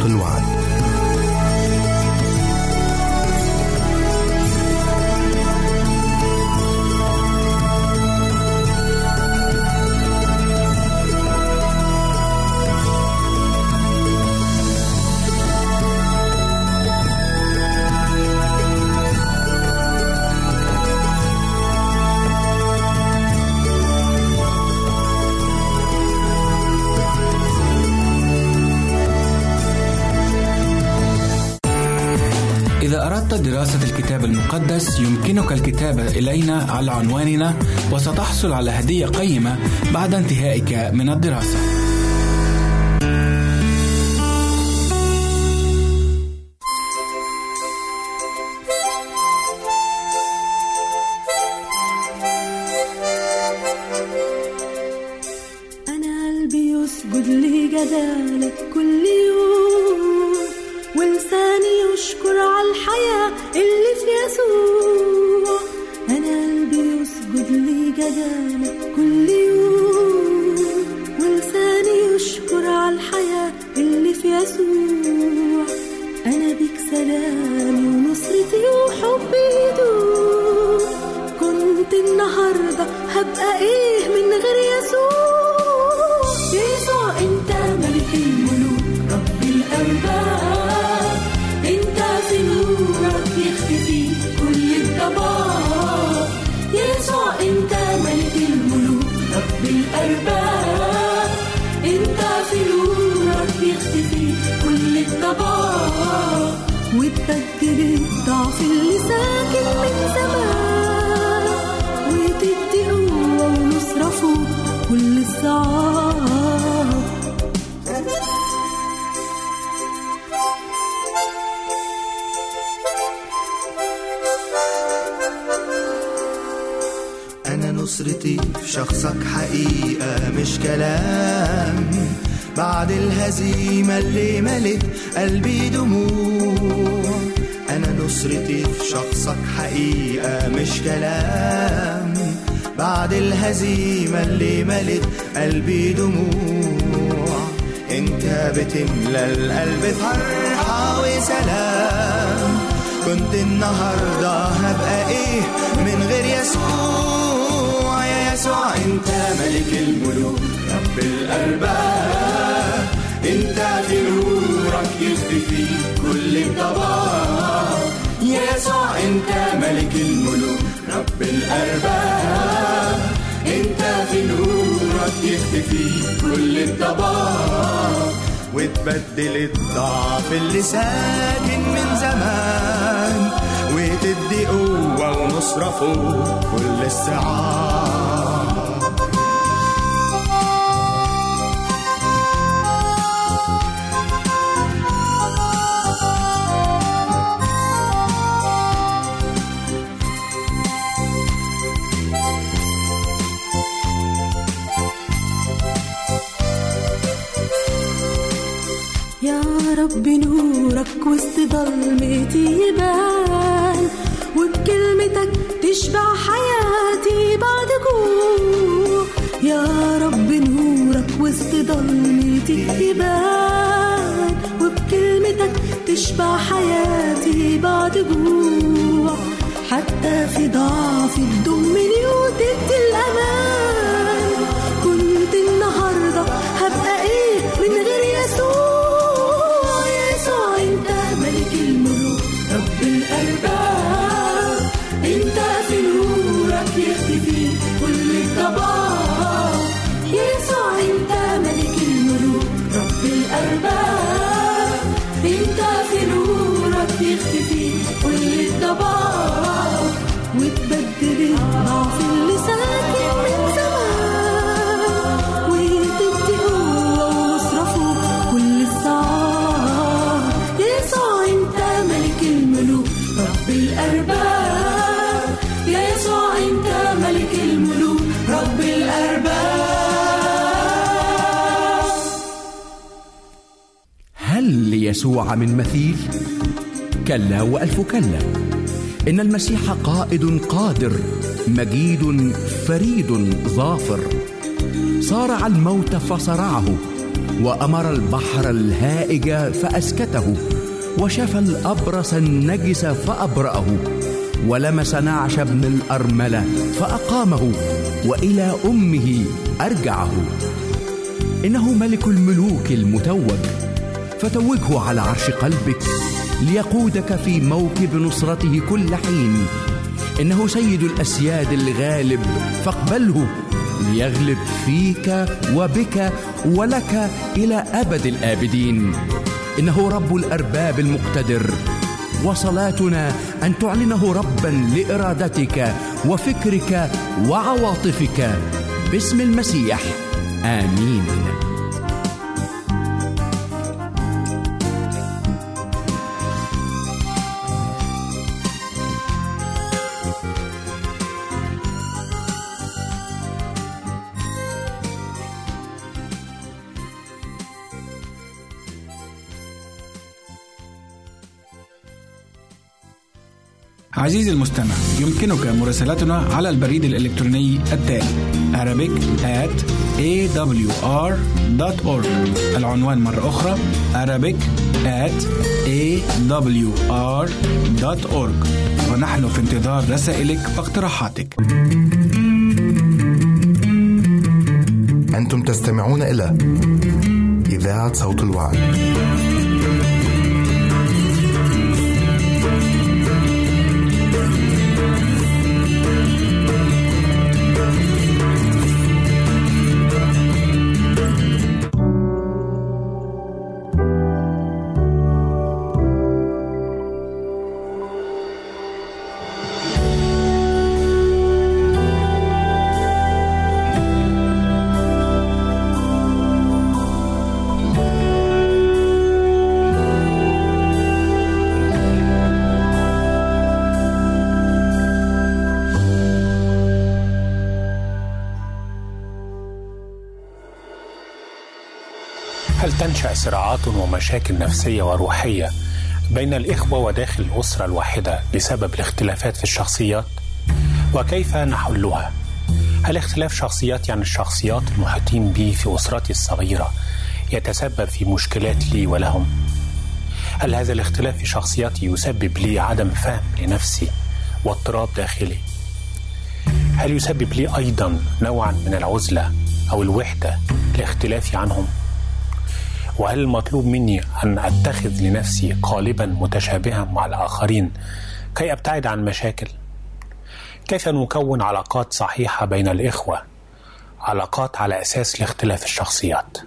الوعد. إذا أردت دراسة الكتاب المقدس يمكنك الكتابة إلينا على عنواننا، وستحصل على هدية قيمة بعد انتهائك من الدراسة. أنا قلبي يسجد لجلالك كل يوم، ولساني يشكر على الحياة اللي في يسوع. أنا قلبي يسجد لجلالك كل يوم، ولساني يشكر على الحياة اللي في يسوع. أنا بيك سلامي ونصرتي وحبي يدوم. كنت النهاردة هبقى إيه من غير يسوع؟ يسوع أنت ملك الملوك رب الأرباب، انت في نورك يختفي كل الضباب. يسوع انت ملك الملوك رب الأرباب، انت في نورك يختفي كل الضباب. وتبدل الضعف اللي ساكن من زمان، وتدي قوة ونصرة فوق كل الصعاب. أنا نصرتي في شخصك حقيقة مش كلام، بعد الهزيمة اللي ملت قلبي دموع. أنا نصرتي في شخصك حقيقة مش كلام، بعد الهزيمة اللي ملت قلبي دموع. انت بتملى القلب فرحة وسلام. كنت النهاردة هبقى ايه من غير يسوع؟ يا يسوع انت ملك الملوك رب الأرباب، انت في نورك يختفي كل الضباب. يا يسوع انت ملك الملوك رب الأرباب، انت في نورك يختفي كل الضباب. وتبدل الضعف اللي ساكن من زمان، وتدي قوة ونصرة فوق كل الصعاب. يا رب نورك وسط ظلمتي يبان، وبكلمتك تشبع حياتي بعد جوع. يا رب نورك وسط ظلمتي يبان، وبكلمتك تشبع حياتي بعد جوع. حتى في ضعفي تضمني وتدي الأمان. كنت النهاردة هبقى إيه من غير يسوع؟ رب الأرباب، انت في نورك يختفي كل الضباب. يسوع انت ملك الملوك رب الأرباب، انت في نورك يختفي كل الضباب. وتبدل الضعف اللي ساكن من زمان، وتدي قوة ونصرة فوق كل الصعاب. يسوع انت ملك الملوك رب الأرباب، يا يسوع انت ملك الملوك رب الأرباب. هل ليسوع من مثيل؟ كلا وألف كلا. إن المسيح قائد قادر مجيد فريد ظافر، صارع الموت فصرعه، وأمر البحر الهائج فأسكته، وشفى الأبرص النجس فأبرأه، ولمس نعش ابن الأرملة فأقامه، وإلى أمه أرجعه. إنه ملك الملوك المتوج، فتوجه على عرش قلبك ليقودك في موكب نصرته كل حين. إنه سيد الأسياد الغالب، فاقبله ليغلب فيك وبك ولك إلى أبد الآبدين. إنه رب الأرباب المقتدر، وصلاتنا أن تعلنه ربا لإرادتك وفكرك وعواطفك باسم المسيح. آمين. عزيزي المستمع، يمكنك مراسلتنا على البريد الإلكتروني التالي arabic@awr.org. العنوان مرة أخرى arabic@awr.org، ونحن في انتظار رسائلك واقتراحاتك. أنتم تستمعون إلى إذاعة صوت الوعي. هل تنشأ صراعات ومشاكل نفسية وروحية بين الإخوة وداخل الأسرة الواحدة بسبب الاختلافات في الشخصيات؟ وكيف نحلها؟ هل اختلاف شخصيات يعني الشخصيات المحيطين بي في أسرتي الصغيرة يتسبب في مشكلات لي ولهم؟ هل هذا الاختلاف في شخصياتي يسبب لي عدم فهم لنفسي واضطراب داخلي؟ هل يسبب لي أيضا نوعا من العزلة أو الوحدة لاختلافي عنهم؟ وهل المطلوب مني أن أتخذ لنفسي قالبا متشابها مع الآخرين كي أبتعد عن مشاكل؟ كيف نكون علاقات صحيحة بين الإخوة، علاقات على أساس الاختلاف الشخصيات؟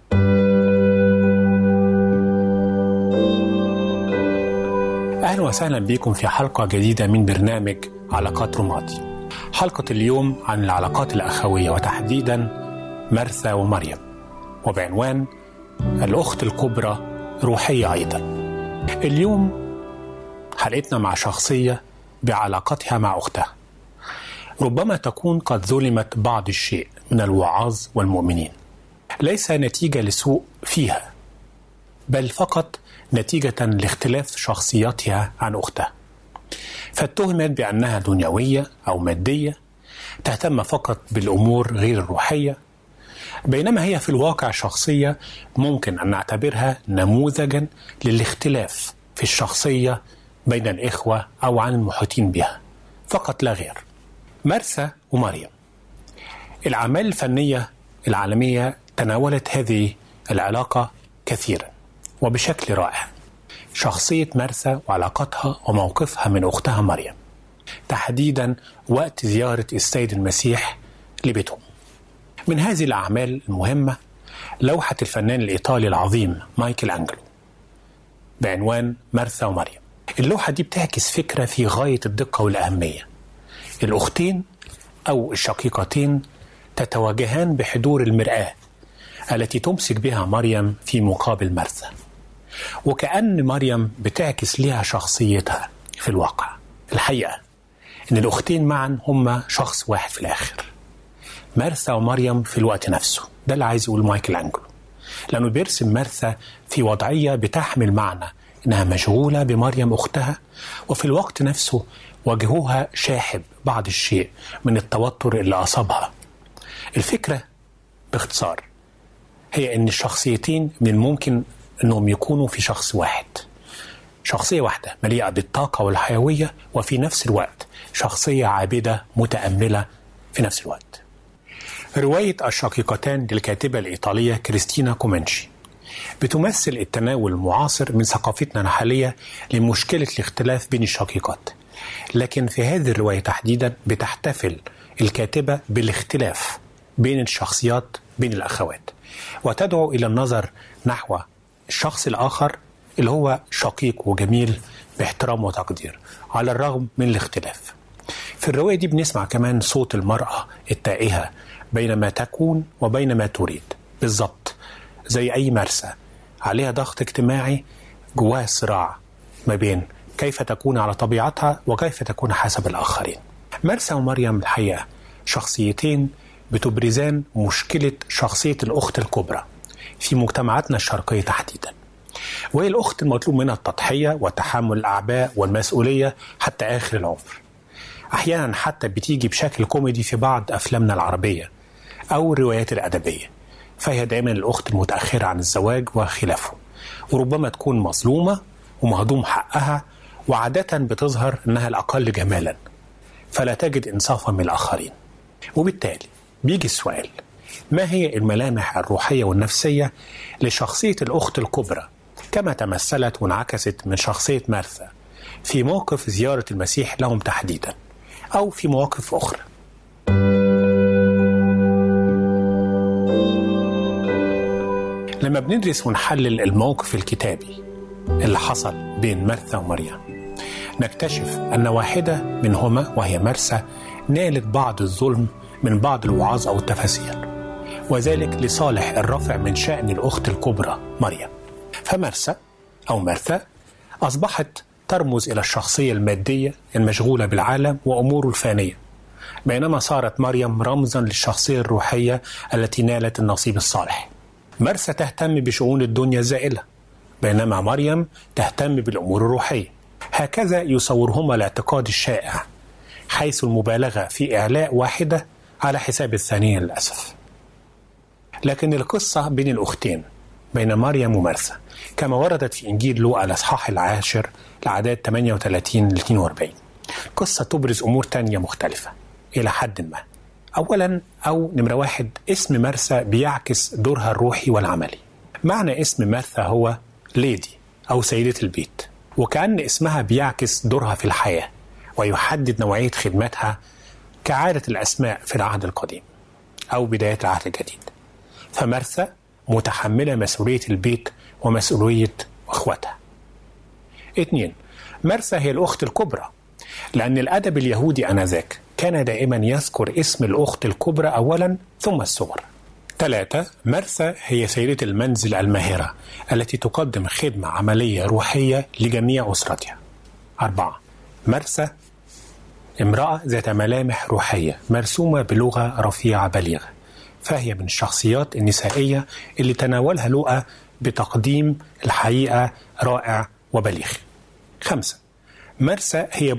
أهلا وسهلا بكم في حلقة جديدة من برنامج علاقات رمادي. حلقة اليوم عن العلاقات الأخوية، وتحديدا مرثا ومريم، وبعنوان الأخت الكبرى روحية أيضا. اليوم حلقتنا مع شخصية بعلاقتها مع أختها، ربما تكون قد ظلمت بعض الشيء من الوعاظ والمؤمنين، ليس نتيجة لسوء فيها، بل فقط نتيجة لاختلاف شخصياتها عن أختها. فاتهمت بأنها دنيوية أو مادية، تهتم فقط بالأمور غير الروحية، بينما هي في الواقع شخصية ممكن أن نعتبرها نموذجا للاختلاف في الشخصية بين الإخوة أو عن المحيطين بها فقط لا غير. مرثا ومريم، الأعمال الفنية العالمية تناولت هذه العلاقة كثيرا وبشكل رائع. شخصية مرثا وعلاقتها وموقفها من أختها مريم، تحديدا وقت زيارة السيد المسيح لبيتهم. من هذه الأعمال المهمة لوحة الفنان الإيطالي العظيم مايكل أنجلو بعنوان مرثا ومريم. اللوحة دي بتعكس فكرة في غاية الدقة والأهمية. الأختين أو الشقيقتين تتواجهان بحضور المرآة التي تمسك بها مريم في مقابل مرثا، وكأن مريم بتعكس لها شخصيتها في الواقع. الحقيقة أن الأختين معا هما شخص واحد في الآخر، مرثا ومريم في الوقت نفسه. ده اللي عايز يقول مايكل أنجلو، لأنه بيرسم مرثا في وضعية بتحمل معنى إنها مشغولة بمريم أختها، وفي الوقت نفسه وجهها شاحب بعض الشيء من التوتر اللي أصابها. الفكرة باختصار هي أن الشخصيتين من الممكن أنهم يكونوا في شخص واحد. شخصية واحدة مليئة بالطاقة والحيوية، وفي نفس الوقت شخصية عابدة متأملة في نفس الوقت. رواية الشقيقتان للكاتبة الإيطالية كريستينا كومنشي بتمثل التناول المعاصر من ثقافتنا الحالية لمشكلة الاختلاف بين الشقيقات، لكن في هذه الرواية تحديدا بتحتفل الكاتبة بالاختلاف بين الشخصيات بين الأخوات، وتدعو إلى النظر نحو الشخص الآخر اللي هو شقيق وجميل باحترام وتقدير على الرغم من الاختلاف. في الرواية دي بنسمع كمان صوت المرأة التائهة بين ما تكون وبين ما تريد، بالضبط زي أي مرسى عليها ضغط اجتماعي، جواها صراع ما بين كيف تكون على طبيعتها وكيف تكون حسب الآخرين. مرسى ومريم الحقيقة شخصيتين بتبرزان مشكلة شخصية الأخت الكبرى في مجتمعاتنا الشرقية تحديدا، وهي الأخت المطلوب منها التضحية وتحمل الأعباء والمسؤولية حتى آخر العمر. أحيانا حتى بتيجي بشكل كوميدي في بعض أفلامنا العربية أو الروايات الأدبية، فهي دائما الأخت المتأخرة عن الزواج وخلافه، وربما تكون مظلومة ومهضوم حقها، وعادة بتظهر أنها الأقل جمالا فلا تجد إنصافا من الآخرين. وبالتالي بيجي السؤال: ما هي الملامح الروحية والنفسية لشخصية الأخت الكبرى كما تمثلت وانعكست من شخصية مرثا في موقف زيارة المسيح لهم تحديدا أو في مواقف أخرى؟ لما بندرس ونحلل الموقف الكتابي اللي حصل بين مرثا ومريم نكتشف أن واحدة منهما وهي مرثا نالت بعض الظلم من بعض الوعاظ أو التفاسير، وذلك لصالح الرفع من شأن الأخت الكبرى مريم. فمرثا أو مرثا أصبحت ترمز إلى الشخصية المادية المشغولة بالعالم وأموره الفانية، بينما صارت مريم رمزا للشخصية الروحية التي نالت النصيب الصالح. مرثا تهتم بشؤون الدنيا الزائلة، بينما مريم تهتم بالأمور الروحية. هكذا يصورهما الاعتقاد الشائع، حيث المبالغة في إعلاء واحدة على حساب الثانية للأسف. لكن القصة بين الأختين بين مريم ومرثا كما وردت في إنجيل لوقا الأصحاح 10 الأعداد 38-42 قصة تبرز أمور تانية مختلفة إلى حد ما. أولا أو نمرة واحد، اسم مرثا بيعكس دورها الروحي والعملي. معنى اسم مرثا هو ليدي أو سيدة البيت، وكأن اسمها بيعكس دورها في الحياة ويحدد نوعية خدمتها كعادة الأسماء في العهد القديم أو بداية العهد الجديد. فمرثا متحملة مسؤولية البيت ومسؤولية أخواتها. 2. مرثا هي الأخت الكبرى، لأن الأدب اليهودي آنذاك كان دائما يذكر اسم الأخت الكبرى أولا ثم الصغرى. 3. مرثا هي سيدة المنزل الماهرة التي تقدم خدمة عملية روحية لجميع أسرتها. 4. مرثا امرأة ذات ملامح روحية مرسومة بلغة رفيعة بليغة، فهي من الشخصيات النسائية اللي تناولها لوقا بتقديم الحقيقة رائع وبليغ. 5. مرثا هي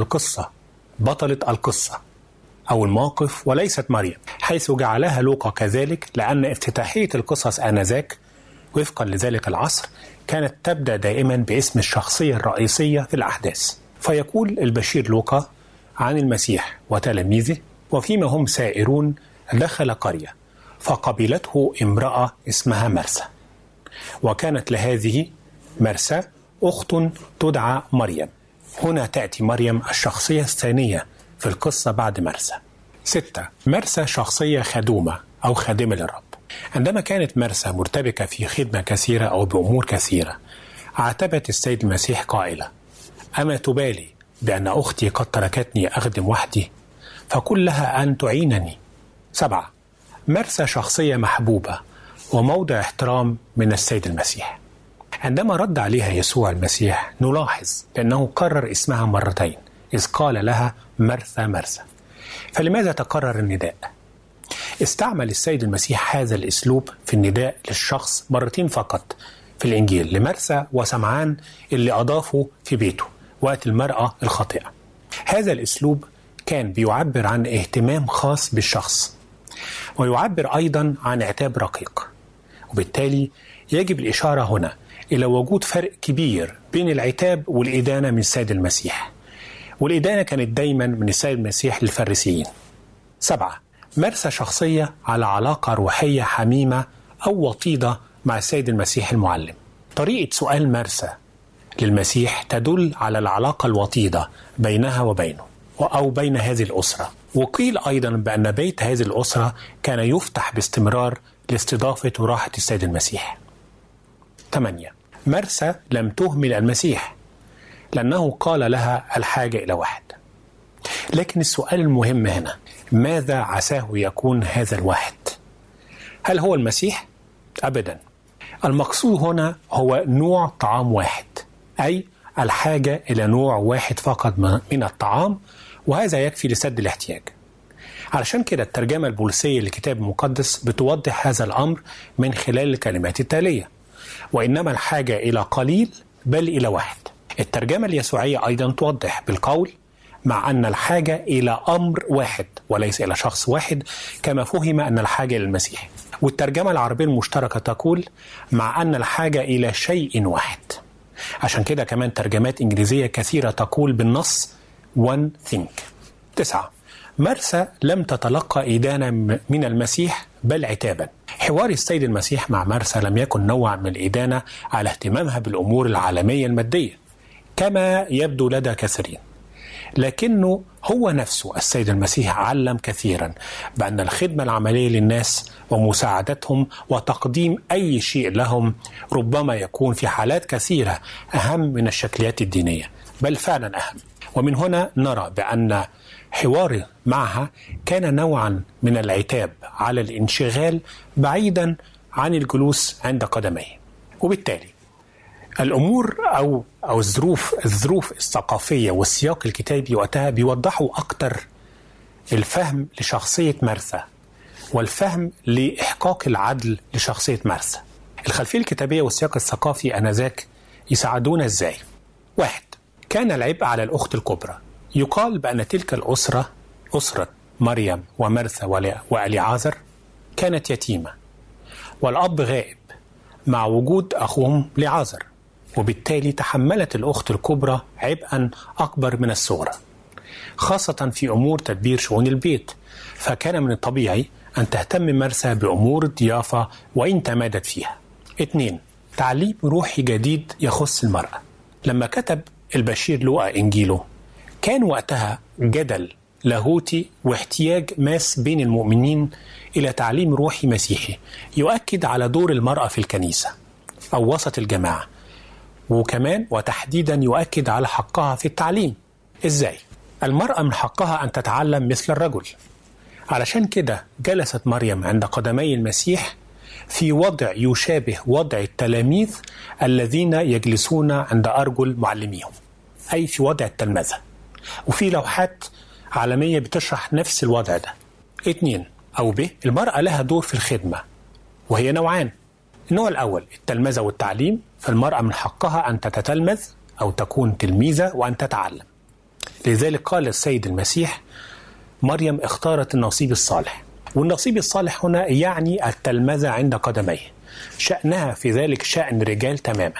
بطلة القصة أو الموقف وليست مريم، حيث جعلها لوقا كذلك، لأن افتتاحية القصص آنذاك وفقا لذلك العصر كانت تبدأ دائما باسم الشخصية الرئيسية في الأحداث. فيقول البشير لوقا عن المسيح وتلاميذه: وفيما هم سائرون دخل قرية فقبلته امرأة اسمها مرثا، وكانت لهذه مرثا أخت تدعى مريم. هنا تأتي مريم الشخصية الثانية في القصة بعد مرثا. 6. مرثا شخصية خدومة أو خادمة للرب. عندما كانت مرثا مرتبكة في خدمة كثيرة أو بأمور كثيرة، عاتبت السيد المسيح قائلة: أما تبالي بأن أختي قد تركتني أخدم وحدي؟ فقل لها أن تعينني. 7. مرثا شخصية محبوبة وموضع احترام من السيد المسيح. عندما رد عليها يسوع المسيح نلاحظ أنه كرر اسمها مرتين إذ قال لها مرثا مرثا. فلماذا تكرر النداء؟ استعمل السيد المسيح هذا الأسلوب في النداء للشخص مرتين فقط في الإنجيل، لمرثا وسمعان اللي أضافوا في بيته وقت المرأة الخاطئة. هذا الأسلوب كان بيعبر عن اهتمام خاص بالشخص، ويعبر أيضا عن عتاب رقيق، وبالتالي يجب الإشارة هنا إلى وجود فرق كبير بين العتاب والإدانة من السيد المسيح، والإدانة كانت دايما من السيد المسيح للفريسيين. 7. مرسى شخصية على علاقة روحية حميمة أو وطيدة مع السيد المسيح المعلم. طريقة سؤال مرسى للمسيح تدل على العلاقة الوطيدة بينها وبينه أو بين هذه الأسرة. وقيل أيضا بأن بيت هذه الأسرة كان يفتح باستمرار لاستضافة وراحة السيد المسيح. 8. مرسى لم تهمل المسيح لأنه قال لها الحاجة إلى واحد. لكن السؤال المهم هنا، ماذا عساه يكون هذا الواحد؟ هل هو المسيح؟ أبدا. المقصود هنا هو نوع طعام واحد، أي الحاجة إلى نوع واحد فقط من الطعام، وهذا يكفي لسد الاحتياج. علشان كده الترجمة البوليسية للكتاب المقدس بتوضح هذا الأمر من خلال الكلمات التالية: وإنما الحاجة إلى قليل بل إلى واحد. الترجمة اليسوعية أيضا توضح بالقول: مع أن الحاجة إلى أمر واحد وليس إلى شخص واحد، كما فهم أن الحاجة إلى المسيح. والترجمة العربية المشتركة تقول: مع أن الحاجة إلى شيء واحد. عشان كده كمان ترجمات إنجليزية كثيرة تقول بالنص one thing. 9. مرسى لم تتلقى إدانة من المسيح بل عتابا. حوار السيد المسيح مع مرسى لم يكن نوعا من الإدانة على اهتمامها بالأمور العالمية المادية كما يبدو لدى كثيرين، لكنه هو نفسه السيد المسيح علم كثيرا بأن الخدمة العملية للناس ومساعدتهم وتقديم أي شيء لهم ربما يكون في حالات كثيرة أهم من الشكليات الدينية، بل فعلا أهم. ومن هنا نرى بأن حواره معها كان نوعا من العتاب على الانشغال بعيدا عن الجلوس عند قدميه. وبالتالي الأمور أو الظروف الثقافية والسياق الكتابي وقتها بيوضحوا أكتر الفهم لشخصية مرسى والفهم لإحقاق العدل لشخصية مرسى. الخلفية الكتابية والسياق الثقافي آنذاك يساعدونا إزاي؟ 1. كان العبء على الأخت الكبرى. يقال بأن تلك الأسرة، أسرة مريم ومرثا وأليعازر، كانت يتيمة والأب غائب مع وجود أخوهم لعازر، وبالتالي تحملت الأخت الكبرى عبئا أكبر من الصغرى، خاصة في أمور تدبير شؤون البيت. فكان من الطبيعي أن تهتم مرسى بأمور الضيافة وإن تمادت فيها. 2. تعليم روحي جديد يخص المرأة. لما كتب البشير لوقا إنجيله كان وقتها جدل لاهوتي واحتياج ماس بين المؤمنين إلى تعليم روحي مسيحي يؤكد على دور المرأة في الكنيسة أو وسط الجماعة، وكمان وتحديدا يؤكد على حقها في التعليم. إزاي؟ المرأة من حقها أن تتعلم مثل الرجل. علشان كده جلست مريم عند قدمي المسيح في وضع يشابه وضع التلاميذ الذين يجلسون عند أرجل معلميهم، أي في وضع التلمذة، وفي لوحات عالمية بتشرح نفس الوضع ده. 2. أو ب، المرأة لها دور في الخدمة وهي نوعان. النوع الأول التلمذة والتعليم، فالمرأة من حقها أن تتتلمذ أو تكون تلميذة وأن تتعلم. لذلك قال السيد المسيح: مريم اختارت النصيب الصالح. والنصيب الصالح هنا يعني التلمذة عند قدميه، شأنها في ذلك شأن رجال تماما.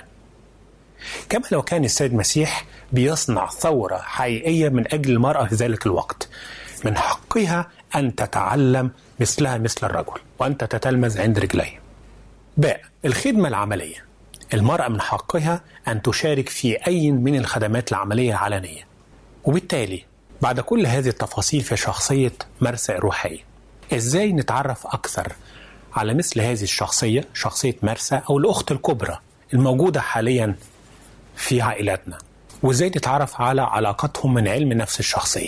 كما لو كان السيد المسيح بيصنع ثورة حقيقية من أجل المرأة في ذلك الوقت، من حقها أن تتعلم مثلها مثل الرجل وأن تتتلمذ عند رجليه. باء، الخدمة العملية. المرأة من حقها أن تشارك في أي من الخدمات العملية العلنية. وبالتالي بعد كل هذه التفاصيل في شخصية مرسى الروحية، إزاي نتعرف أكثر على مثل هذه الشخصية، شخصية مرسى أو الأخت الكبرى الموجودة حاليا في عائلاتنا، وإزاي نتعرف على علاقتهم من علم نفس الشخصية.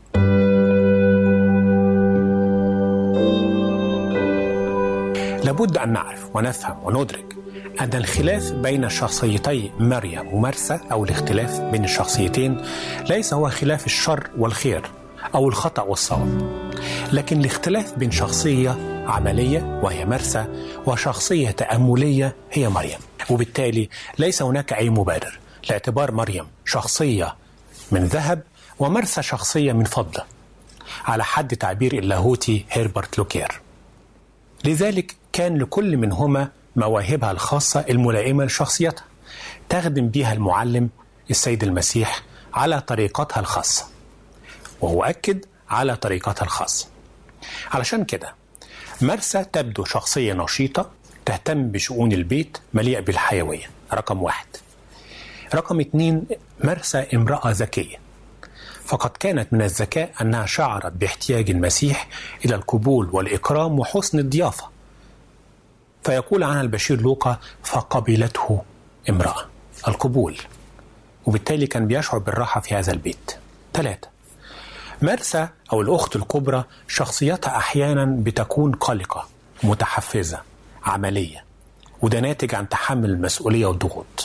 لابد أن نعرف ونفهم وندرك أن الخلاف بين شخصيتي مريم ومرسى أو الاختلاف بين الشخصيتين ليس هو خلاف الشر والخير أو الخطأ والصواب، لكن الاختلاف بين شخصية عملية وهي مرسى وشخصية تأملية هي مريم. وبالتالي ليس هناك أي مبرر لاعتبار مريم شخصية من ذهب ومرسى شخصية من فضة، على حد تعبير اللاهوتي هيربرت لوكير. لذلك كان لكل منهما مواهبها الخاصة الملائمة لشخصيتها، تخدم بها المعلم السيد المسيح على طريقتها الخاصة، وهو أكد على طريقتها الخاصة. علشان كده مرسى تبدو شخصية نشيطة تهتم بشؤون البيت مليئة بالحيوية، رقم 1. رقم 2، مرسى امرأة ذكية، فقد كانت من الذكاء أنها شعرت باحتياج المسيح إلى القبول والإكرام وحسن الضيافة، فيقول عنها البشير لوقا فقبلته امرأة، القبول، وبالتالي كان بيشعر بالراحة في هذا البيت. 3، مرسى أو الأخت الكبرى شخصيتها أحيانا بتكون قلقة، متحفزة، عملية، وده ناتج عن تحمل المسؤولية والضغوط.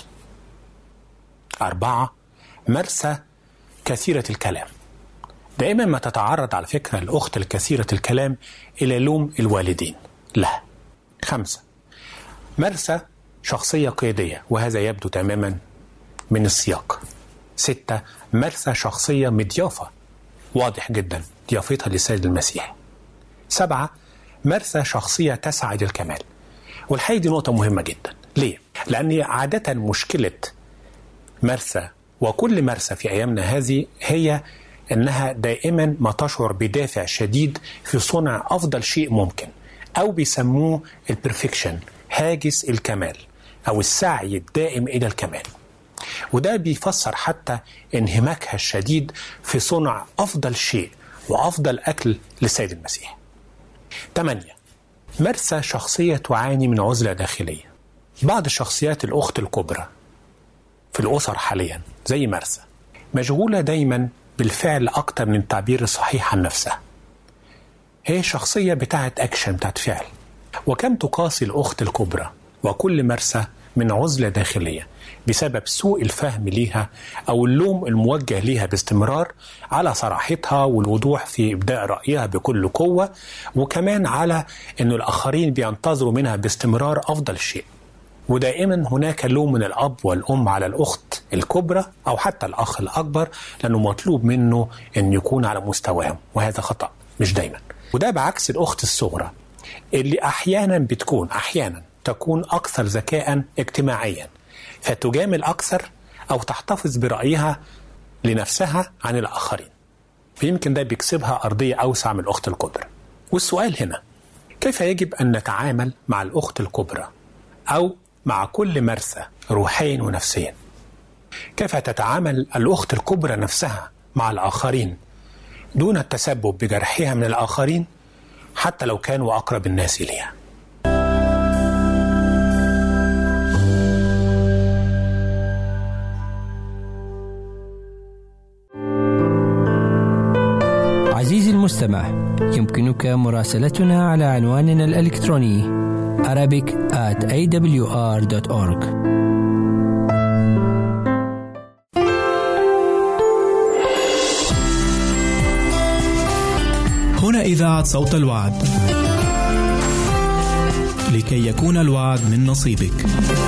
4، مرسى كثيرة الكلام، دائما ما تتعرض على فكرة الأخت الكثيرة الكلام إلى لوم الوالدين لها. 5، مرسى شخصية قيادية، وهذا يبدو تماما من السياق. 6، مرسى شخصية مضيافة، واضح جدا ضيافتها للسيد المسيح. 7، مرسى شخصية تسعى إلى الكمال، والحقيقة دي نقطة مهمة جدا. ليه؟ لأن عادة مشكلة مرسى وكل مرسى في أيامنا هذه هي أنها دائما ما تشعر بدافع شديد في صنع أفضل شيء ممكن، أو بيسموه البرفكشن، هاجس الكمال، أو السعي الدائم إلى الكمال، وده بيفسر حتى انهماكها الشديد في صنع أفضل شيء وأفضل أكل للسيد المسيح. 8، مرسى شخصية تعاني من عزلة داخلية. بعض الشخصيات الأخت الكبرى في الأسر حاليا زي مرسى مشغولة دايما بالفعل أكتر من التعبير الصحيح عن نفسها، هي شخصية بتاعت أكشن، بتاعت فعل. وكم تقاسي الأخت الكبرى وكل مرسى من عزلة داخلية بسبب سوء الفهم ليها أو اللوم الموجه ليها باستمرار على صراحتها والوضوح في إبداء رأيها بكل قوة، وكمان على أن الآخرين بينتظروا منها باستمرار أفضل شيء. ودائما هناك لوم من الأب والأم على الأخت الكبرى أو حتى الأخ الأكبر، لأنه مطلوب منه أن يكون على مستواهم، وهذا خطأ مش دايما. وده بعكس الأخت الصغرى اللي أحيانا تكون أكثر ذكاء اجتماعيا، فتجامل أكثر أو تحتفظ برأيها لنفسها عن الآخرين، فيمكن ده بيكسبها أرضية أوسع من الأخت الكبرى. والسؤال هنا، كيف يجب أن نتعامل مع الأخت الكبرى أو مع كل مرسى روحيا ونفسيا؟ كيف تتعامل الأخت الكبرى نفسها مع الآخرين دون التسبب بجرحها من الآخرين حتى لو كانوا أقرب الناس إليها؟ عزيزي المستمع، يمكنك مراسلتنا على عنواننا الإلكتروني arabic@awr.org. هنا إذاعة صوت الوعد، لكي يكون الوعد من نصيبك.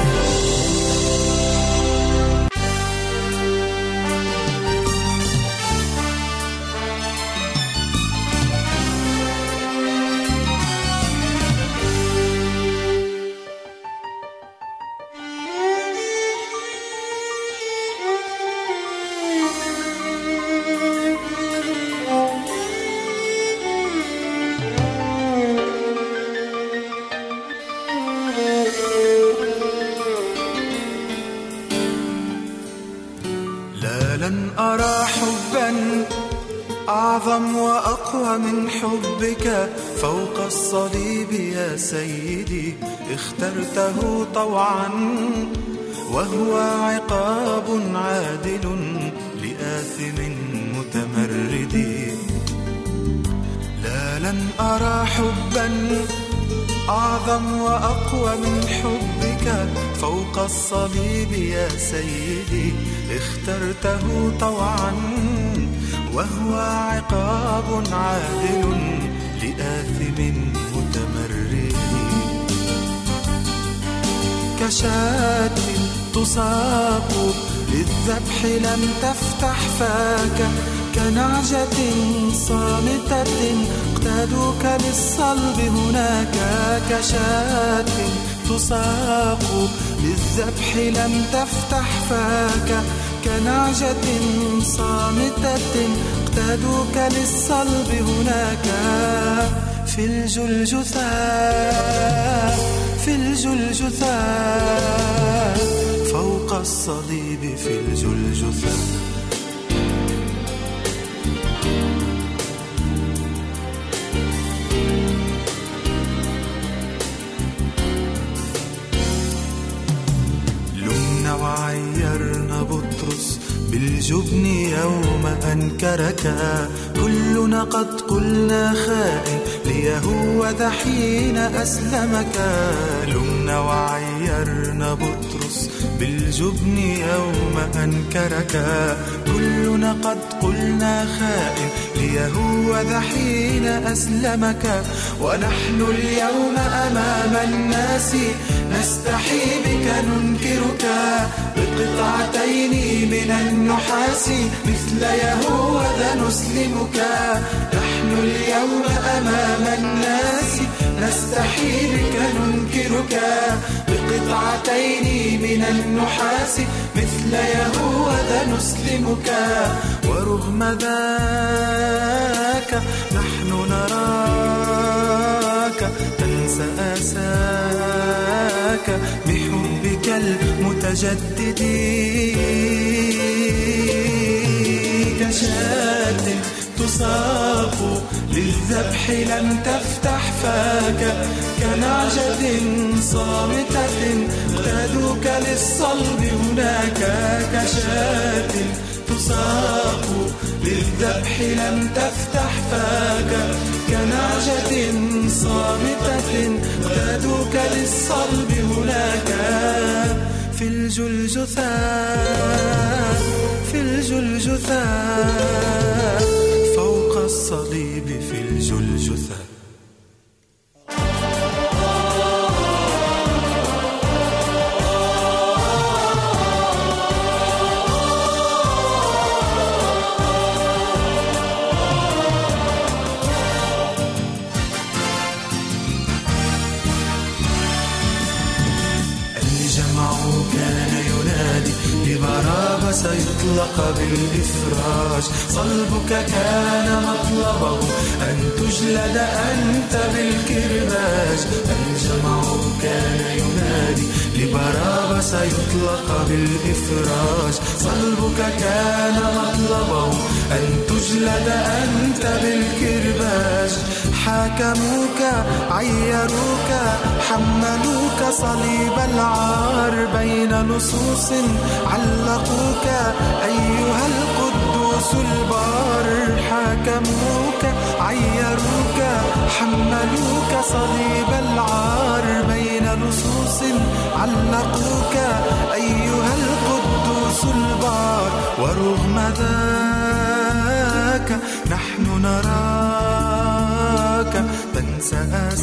لن أرى حبا أعظم وأقوى من حبك فوق الصليب يا سيدي، اخترته طوعا وهو عقاب عادل لآثم متمرد. لا لن أرى حبا أعظم وأقوى من حبك فوق الصليب يا سيدي، اخترته طوعا وهو عقاب عادل لآثم متمرد. كشاة تساق للذبح لم تفتح فاك، كنعجة صامتة اقتادوك للصلب هناك. كشاة تساق للذبح لم تفتح فاك كنعجة صامتة اقتادوك للصلب هناك في الجلجثة في الجلجثة فوق الصليب في الجلجثة. لمنا وعيرنا بطرس بالجبن يوم أنكرك كلنا قد قلنا خائن ليهوذا حين أسلمك. لمنا وعيرنا بطرس بالجبن يوم أنكرك كلنا قد قلنا خائن ليهوذا حين أسلمك. ونحن اليوم أمام الناس نستحي بك ننكرك بقطعتين من النحاس مثل يهوذا نسلمك. نحن اليوم أمام الناس نستحي بك ننكرك بقطعتين من النحاس مثل يهوذا نسلمك. ورغم ذاك نحن نراك تنسى آساك بحبك المتجدد كشاة تساق للذبح لم تفتح فاك كنعجة صامتة اقتادوك للصلب هناك كشاة تساق للذبح لم تفتح فاك كنعجة صامتة اقتادوك للصلب هناك في الجلجثة في الجلجثة فوق الصليب في الجلجثة. باراباس يطلق بالإفراج صلبك كان مطلبه أن تجلد أنت بالكرباج. الجمع كان ينادي لباراباس يطلق بالإفراج صلبك كان مطلبه أن تجلد أنت بالكرباج. حاكموك عيروك حملوك صليب العار بين لصوص علقوك أيها القدوس البار. حاكموك عيروك حملوك صليب العار بين لصوص علقوك أيها القدوس البار. ورغم ذاك نحن نراك تنسى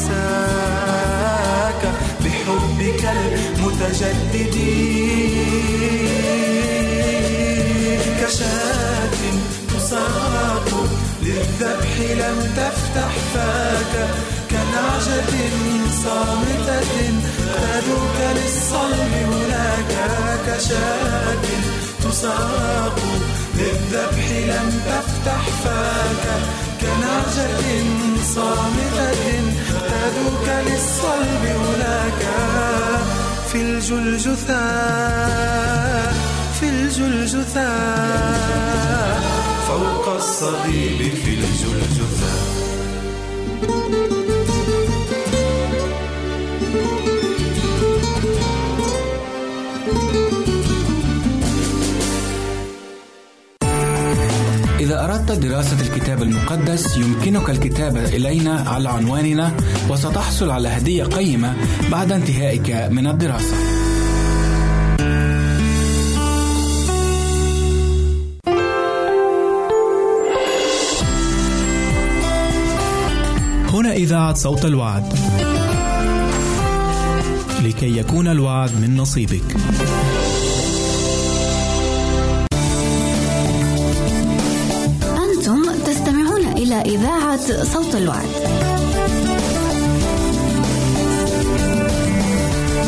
آساك بحبك المتجدد كشاة تساق للذبح لم تفتح فاك كنعجة صامتة اقتادوك للصلب هناك كشاة تساق للذبح لم تفتح فاك كنعجة صامتة اقتادوك للصلب هناك في الجلجثة في الجلجثة فوق الصليب في الجلجثة. إذا أردت دراسة الكتاب المقدس يمكنك الكتابة إلينا على عنواننا وستحصل على هدية قيمة بعد انتهائك من الدراسة. هنا إذاعة صوت الوعد، لكي يكون الوعد من نصيبك. أنتم تستمعون إلى إذاعة صوت الوعد.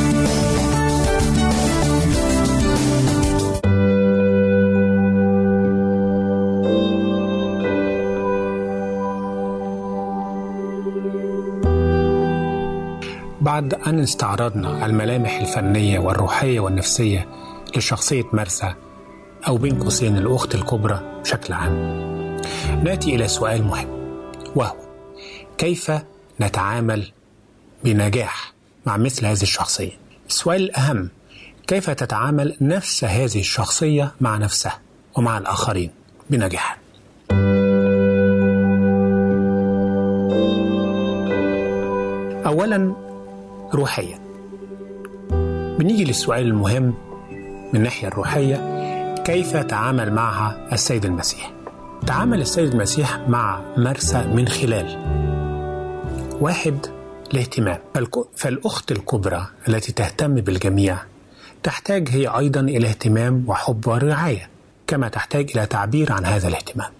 بعد أن استعرضنا الملامح الفنية والروحية والنفسية لشخصية مرثا أو بين قوسين الأخت الكبرى بشكل عام، نأتي إلى سؤال مهم، وهو كيف نتعامل بنجاح مع مثل هذه الشخصية؟ السؤال الأهم، كيف تتعامل نفس هذه الشخصية مع نفسها ومع الآخرين بنجاح؟ أولا روحيا، بنيجي للسؤال المهم من الناحية الروحية، كيف تعامل معها السيد المسيح؟ تعامل السيد المسيح مع مرثا من خلال 1. الاهتمام. فالأخت الكبرى التي تهتم بالجميع تحتاج هي أيضا إلى اهتمام وحب ورعاية، كما تحتاج إلى تعبير عن هذا الاهتمام.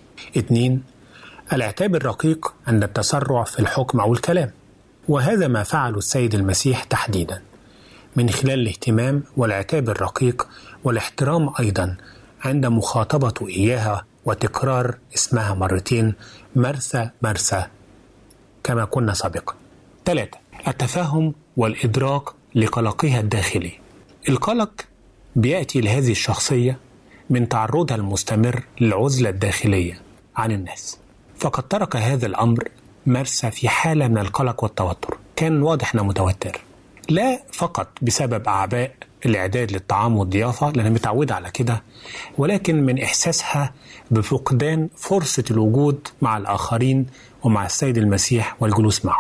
2. العتاب الرقيق عند التسرع في الحكم أو الكلام، وهذا ما فعله السيد المسيح تحديدا من خلال الاهتمام والعتاب الرقيق والاحترام أيضا عند مخاطبته إياها وتكرار اسمها مرتين، مرثا مرثا، كما كنا سابقا. 3. التفهم والإدراك لقلقها الداخلي. القلق بيأتي لهذه الشخصية من تعرضها المستمر للعزلة الداخلية عن الناس، فقد ترك هذا الأمر مرثا في حالة من القلق والتوتر، كان واضح أنه متوتر، لا فقط بسبب أعباء الإعداد للطعام والضيافة لأنها متعودة على كده، ولكن من إحساسها بفقدان فرصة الوجود مع الآخرين ومع السيد المسيح والجلوس معه.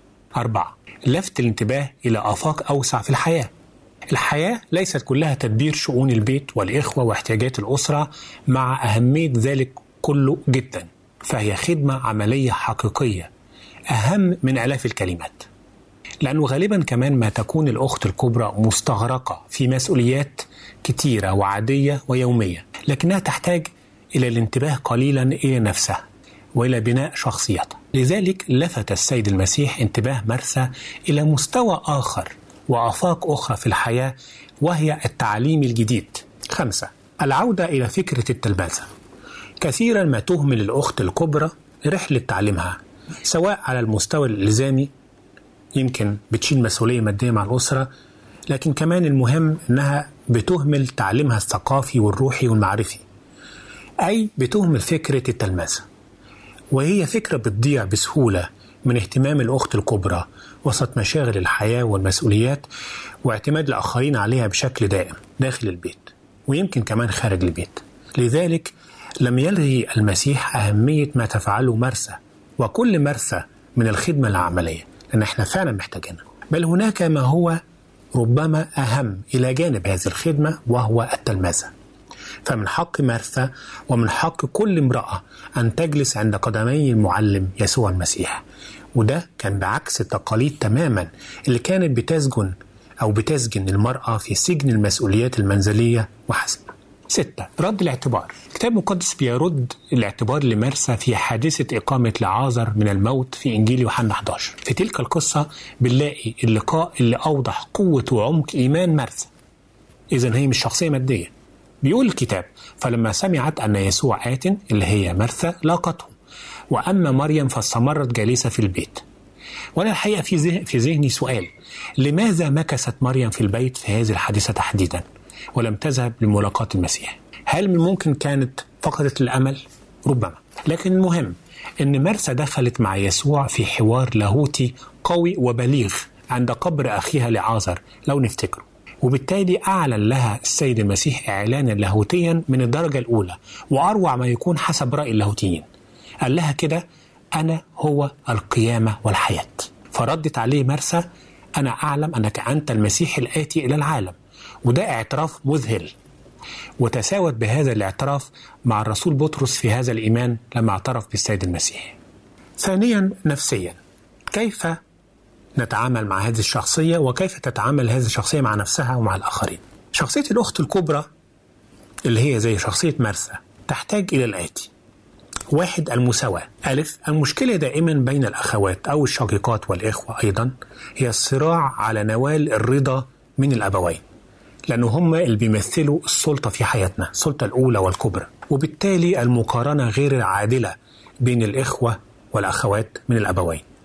4. لفت الانتباه إلى آفاق أوسع في الحياة. الحياة ليست كلها تدبير شؤون البيت والإخوة واحتياجات الأسرة، مع أهمية ذلك كله جدا، فهي خدمة عملية حقيقية أهم من آلاف الكلمات، لأنه غالبا كمان ما تكون الأخت الكبرى مستغرقة في مسؤوليات كتيرة وعادية ويومية، لكنها تحتاج إلى الانتباه قليلا إلى نفسها وإلى بناء شخصيتها. لذلك لفت السيد المسيح انتباه مرثا إلى مستوى آخر وآفاق أخرى في الحياة، وهي التعليم الجديد. 5. العودة إلى فكرة التلمذة. كثيرا ما تهمل الأخت الكبرى رحلة تعليمها، سواء على المستوى الإلزامي، يمكن بتشيل مسؤولية مادية مع الأسرة، لكن كمان المهم أنها بتهمل تعليمها الثقافي والروحي والمعرفي، أي بتهمل فكرة التلمذة، وهي فكرة بتضيع بسهولة من اهتمام الأخت الكبرى وسط مشاغل الحياة والمسؤوليات واعتماد الآخرين عليها بشكل دائم داخل البيت ويمكن كمان خارج البيت. لذلك لم يلغي المسيح أهمية ما تفعله مرثا وكل مرثا من الخدمة العملية، لأن احنا فعلا محتاجينها، بل هناك ما هو ربما أهم إلى جانب هذه الخدمة، وهو التلمذة. فمن حق مرثا ومن حق كل امرأة أن تجلس عند قدمي المعلم يسوع المسيح، وده كان بعكس التقاليد تماما اللي كانت بتسجن المرأة في سجن المسؤوليات المنزلية وحسب. 6. رد الاعتبار. الكتاب المقدس بيرد الاعتبار لمرثا في حادثة إقامة لعازر من الموت في إنجيل يوحنا 11. في تلك القصة بنلاقي اللقاء اللي أوضح قوة وعمق إيمان مرثا. إذن هي مش شخصية مادية. بيقول الكتاب: فلما سمعت أن يسوع آت، اللي هي مرثا، لاقته، وأما مريم فاستمرت جالسة في البيت. وأنا الحقيقة في ذهني سؤال: لماذا مكثت مريم في البيت في هذه الحادثة تحديدا ولم تذهب لملاقاة المسيح؟ هل من ممكن كانت فقدت الأمل؟ ربما. لكن المهم أن مرثا دخلت مع يسوع في حوار لاهوتي قوي وبليغ عند قبر أخيها لعازر لو نفتكره، وبالتالي أعلن لها السيد المسيح إعلانا لاهوتيا من الدرجة الأولى وأروع ما يكون حسب رأي اللاهوتيين. قال لها كده: أنا هو القيامة والحياة. فردت عليه مرثا: أنا أعلم أنك أنت المسيح الآتي إلى العالم. وده اعتراف مذهل، وتساوت بهذا الاعتراف مع الرسول بطرس في هذا الإيمان لما اعترف بالسيد المسيح. ثانيا نفسيا، كيف نتعامل مع هذه الشخصية وكيف تتعامل هذه الشخصية مع نفسها ومع الآخرين؟ شخصية الأخت الكبرى اللي هي زي شخصية مرثا تحتاج إلى الآتي: 1. المساواة. المشكلة دائما بين الأخوات أو الشقيقات والإخوة أيضا هي الصراع على نوال الرضا من الأبوين، لأنه هم اللي بيمثلوا السلطة في حياتنا، السلطة الأولى والكبرى، وبالتالي المقارنة غير العادلة بين الإخوة والأخوات من الأبوين.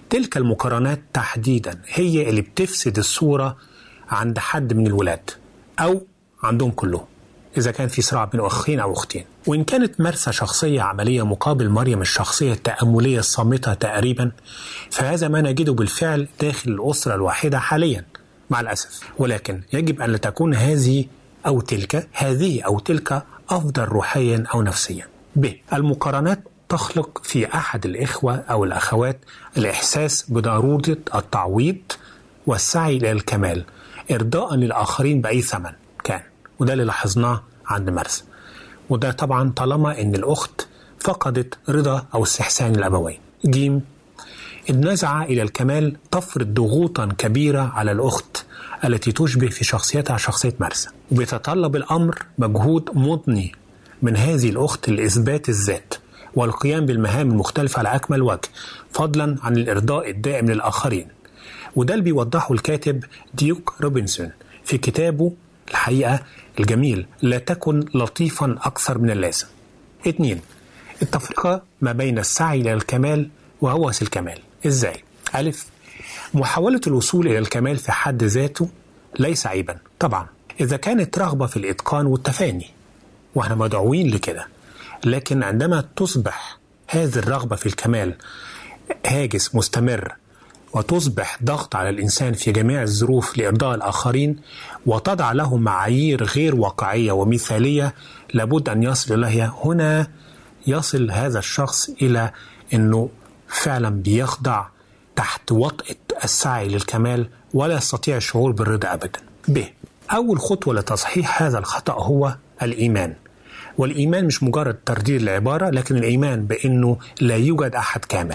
تلك المقارنات تحديدا هي اللي بتفسد الصورة عند حد من الولاد أو عندهم كلهم، إذا كان في صراع بين أخين أو أختين. وإن كانت مرسى شخصية عملية مقابل مريم الشخصية التأملية الصامتة تقريبا، فهذا ما نجده بالفعل داخل الأسرة الواحدة حاليا مع الأسف. ولكن يجب أن لا تكون هذه أو تلك أفضل روحيا أو نفسيا. ب. المقارنات تخلق في أحد الإخوة أو الأخوات الإحساس بضرورة التعويض والسعي إلى الكمال إرضاء للآخرين بأي ثمن كان، وده اللي لاحظناه عند مرسى. وده طبعا طالما أن الأخت فقدت رضا أو استحسان الأبوين. ج. النزعة إلى الكمال تفرض ضغوطا كبيرة على الأخت التي تشبه في شخصيتها شخصية مرسى، وبيتطلب الأمر مجهود مضني من هذه الأخت لإثبات الذات والقيام بالمهام المختلفة على أكمل وجه، فضلا عن الإرضاء الدائم للآخرين. وده اللي بيوضحه الكاتب ديوك روبنسون في كتابه الحقيقة الجميل لا تكن لطيفا أكثر من اللازم. 2. التفرقة ما بين السعي إلى الكمال وهوس الكمال. إزاي؟ ألف. محاولة الوصول إلى الكمال في حد ذاته ليس عيبا طبعا إذا كانت رغبة في الإتقان والتفاني، وإحنا مدعوين لكده. لكن عندما تصبح هذه الرغبة في الكمال هاجس مستمر وتصبح ضغط على الإنسان في جميع الظروف لإرضاء الآخرين وتضع له معايير غير واقعية ومثالية لابد أن يصل إليها، هنا يصل هذا الشخص إلى أنه فعلا بيخضع تحت وطأة السعي للكمال ولا يستطيع الشعور بالرضا أبدا. ب. أول خطوة لتصحيح هذا الخطأ هو الإيمان. والإيمان مش مجرد ترديد العبارة، لكن الإيمان بأنه لا يوجد أحد كامل،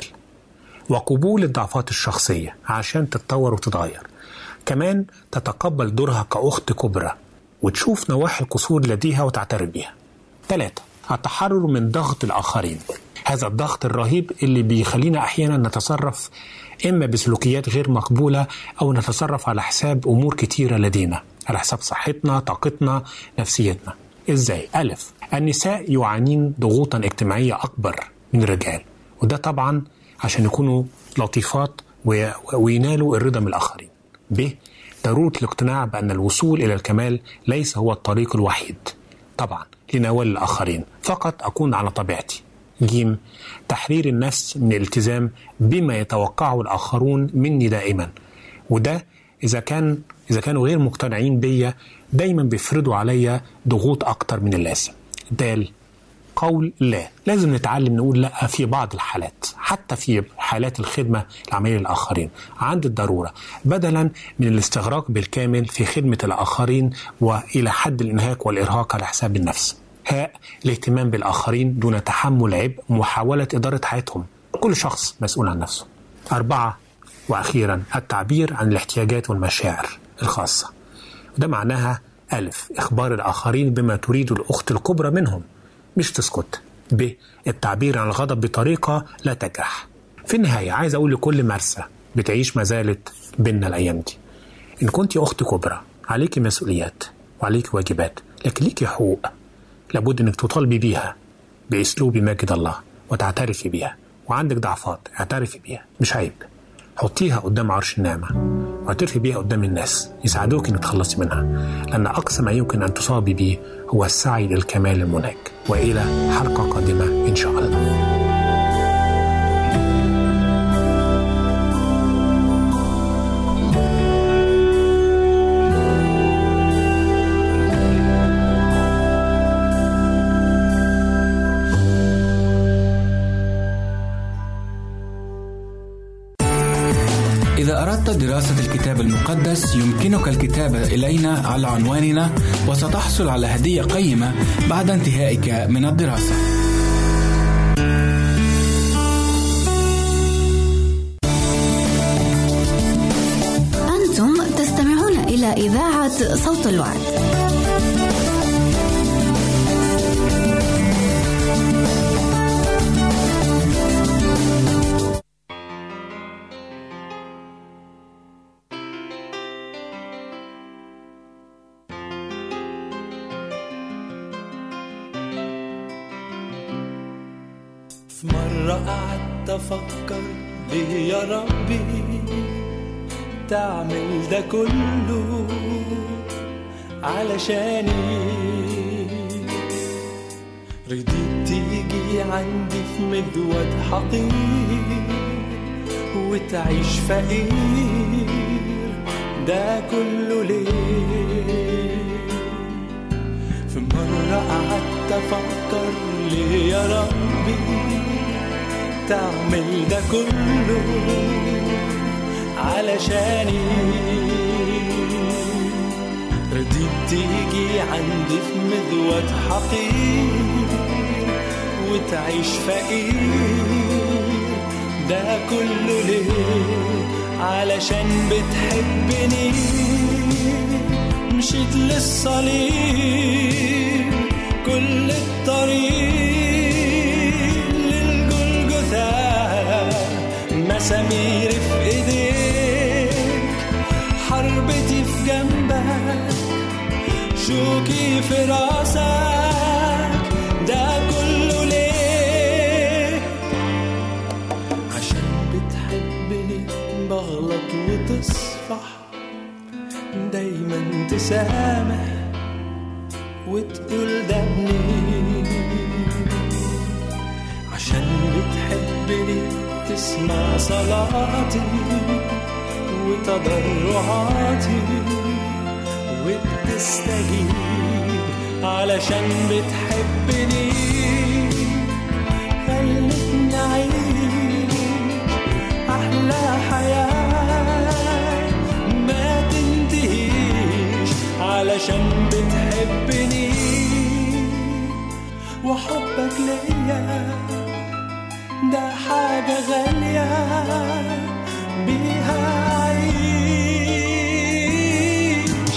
وقبول الضعفات الشخصية عشان تتطور وتتغير. كمان تتقبل دورها كأخت كبرى وتشوف نواحي القصور لديها وتعترف بها. 3. التحرر من ضغط الآخرين، هذا الضغط الرهيب اللي بيخلينا أحيانا نتصرف إما بسلوكيات غير مقبولة أو نتصرف على حساب أمور كتيرة لدينا، على حساب صحتنا، طاقتنا، نفسيتنا. إزاي؟ ألف. النساء يعانين ضغوطا اجتماعية أكبر من الرجال، وده طبعا عشان يكونوا لطيفات وينالوا الرضا من الآخرين. ب. ضرورة الاقتناع بأن الوصول إلى الكمال ليس هو الطريق الوحيد طبعا لنوال الآخرين، فقط أكون على طبيعتي. ج. تحرير النفس من الالتزام بما يتوقعه الآخرون مني دائما، وده إذا كانوا غير مقتنعين بيا دايما بيفرضوا عليا ضغوط أكتر من اللازم. د. قول لا. لازم نتعلم نقول لا في بعض الحالات، حتى في حالات الخدمة العملية للآخرين عند الضرورة، بدلا من الاستغراق بالكامل في خدمة الآخرين وإلى حد الإنهاك والإرهاق على حساب النفس. هاء. الاهتمام بالآخرين دون تحمل عبء محاولة إدارة حياتهم، كل شخص مسؤول عن نفسه. 4. وأخيرا التعبير عن الاحتياجات والمشاعر الخاصة، وده معناها ألف. إخبار الآخرين بما تريد الأخت الكبرى منهم، مش تسكت. ب. التعبير عن الغضب بطريقة لا تجرح. في النهاية عايز أقول لكل مرسى بتعيش ما زالت بيننا الأيام دي، إن كنت أخت كبرى عليك مسؤوليات وعليك واجبات، لكن ليك حقوق لابد أنك تطالبي بيها بأسلوب ماجد الله وتعترفي بيها، وعندك ضعفات اعترفي بيها، مش عيب. حطيها قدام عرش النعمة واعترفي بيها قدام الناس يساعدوك انك تخلصي منها، لأن أقصى ما يمكن أن تصابي به هو السعي للكمال المنهك. وإلى حلقة قادمة إن شاء الله. إذا أردت دراسة الكتاب المقدس يمكنك الكتابة إلينا على عنواننا، وستحصل على هدية قيمة بعد انتهائك من الدراسة. أنتم تستمعون إلى إذاعة صوت الوعد. مرة قعدت أفكر ليه يا ربي تعمل ده كله علشاني؟ رضيت تيجي عندي في مجود حقير وتعيش فقير، ده كله ليه؟ في مرة قعدت أفكر ليه يا ربي تعمل ده كله علشاني؟ رضيت تيجي عندي في مذود حقير وتعيش فقير، ده كله ليه؟ علشان بتحبني مشيت للصليب كل الطريق للجلجثة، مسامير في ايديك، حربتي في جنبك، شوكي في راسك، ده كله ليه؟ عشان بتحبني بغلط وتصفح، دايما تسامح وتقول ده ابني. عشان بتحبني تسمع صلاتي وتضرعاتي وبتستجيب. علشان بتحبني خلتني أعيش أحلى حياة ما تنتهيش. علشان بتحبني وحبك ليا ده حاجة غالية بيها عيش.